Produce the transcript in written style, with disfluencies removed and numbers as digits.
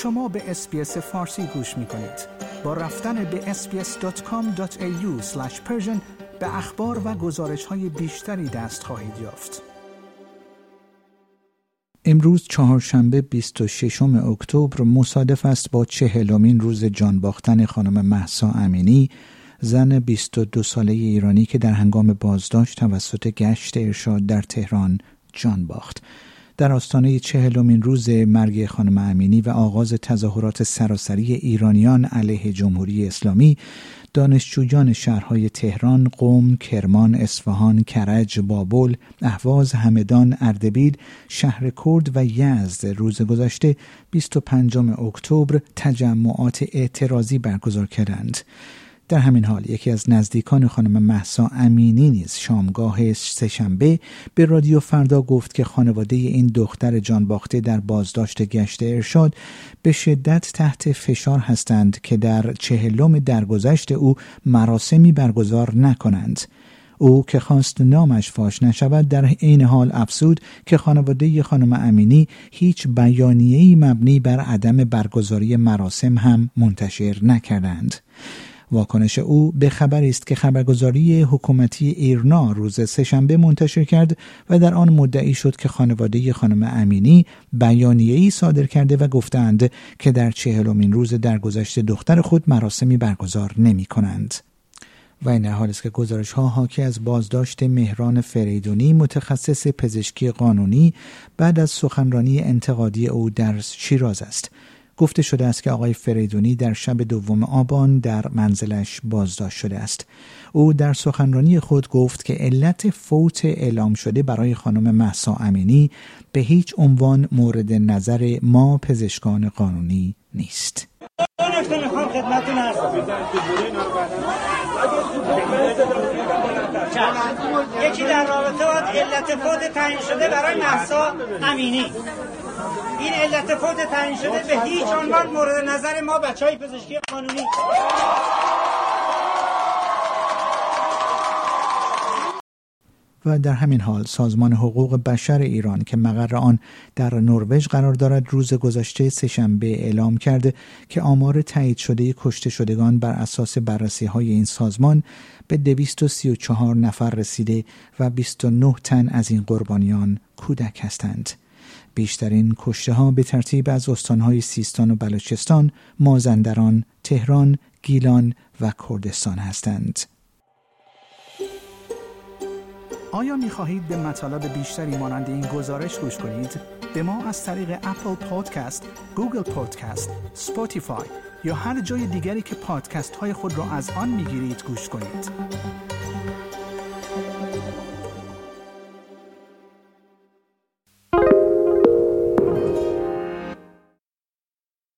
شما به اس‌بی‌اس فارسی گوش می‌کنید. با رفتن به sbs.com.au/persian به اخبار و گزارش‌های بیشتری دست خواهید یافت. امروز چهارشنبه 26 اکتبر مصادف است با 40مین روز جان باختن خانم مهسا امینی، زن 22 ساله ایرانی که در هنگام بازداشت توسط گشت ارشاد در تهران جان باخت. در آستانه 40مین روز مرگ خانم امینی و آغاز تظاهرات سراسری ایرانیان علیه جمهوری اسلامی، دانشجویان شهرهای تهران، قم، کرمان، اصفهان، کرج، بابل، اهواز، همدان، اردبیل، شهر کرد و یزد روز گذشته 25 اکتبر تجمعات اعتراضی برگزار کردند. در همین حال یکی از نزدیکان خانم مهسا امینی نیز شامگاه سه‌شنبه به رادیو فردا گفت که خانواده این دختر جان باخته در بازداشت گشت ارشاد به شدت تحت فشار هستند که در 40 درگذشت او مراسمی برگزار نکنند. او که خواست نامش فاش نشود در عین حال افزود که خانواده خانم امینی هیچ بیانیه‌ای مبنی بر عدم برگزاری مراسم هم منتشر نکردند. واکنش او به خبری است که خبرگزاری حکومتی ایرنا روز سه‌شنبه منتشر کرد و در آن مدعی شد که خانواده خانم امینی بیانیه‌ای صادر کرده و گفتند که در 40مین روز درگذشت دختر خود مراسمی برگزار نمی‌کنند. و این حال است که گزارش‌ها حاکی از بازداشت مهران فریدونی، متخصص پزشکی قانونی، بعد از سخنرانی انتقادی او در شیراز است. گفته شده است که آقای فریدونی در شب 2 آبان در منزلش بازداشت شده است. او در سخنرانی خود گفت که علت فوت اعلام شده برای خانم مهسا امینی به هیچ عنوان مورد نظر ما پزشکان قانونی نیست. یکی در رابطه با علت فوت تعیین شده برای مهسا امینی، این علت فوت تعیین شده به هیچ عنوان مورد نظر ما بچهای پزشکی قانونی. و در همین حال سازمان حقوق بشر ایران که مقر آن در نروژ قرار دارد روز گذشته سه‌شنبه اعلام کرده که آمار تایید شده کشته شدگان بر اساس بررسی‌های این سازمان به 234 نفر رسیده و 29 تن از این قربانیان کودک هستند. بیشترین کشته‌ها به ترتیب از استان‌های سیستان و بلوچستان، مازندران، تهران، گیلان و کردستان هستند. آیا می‌خواهید به مطالب بیشتری مانند این گزارش گوش کنید؟ به ما از طریق اپل پادکست، گوگل پادکست، اسپاتیفای یا هر جای دیگری که پادکست‌های خود را از آن می‌گیرید گوش کنید.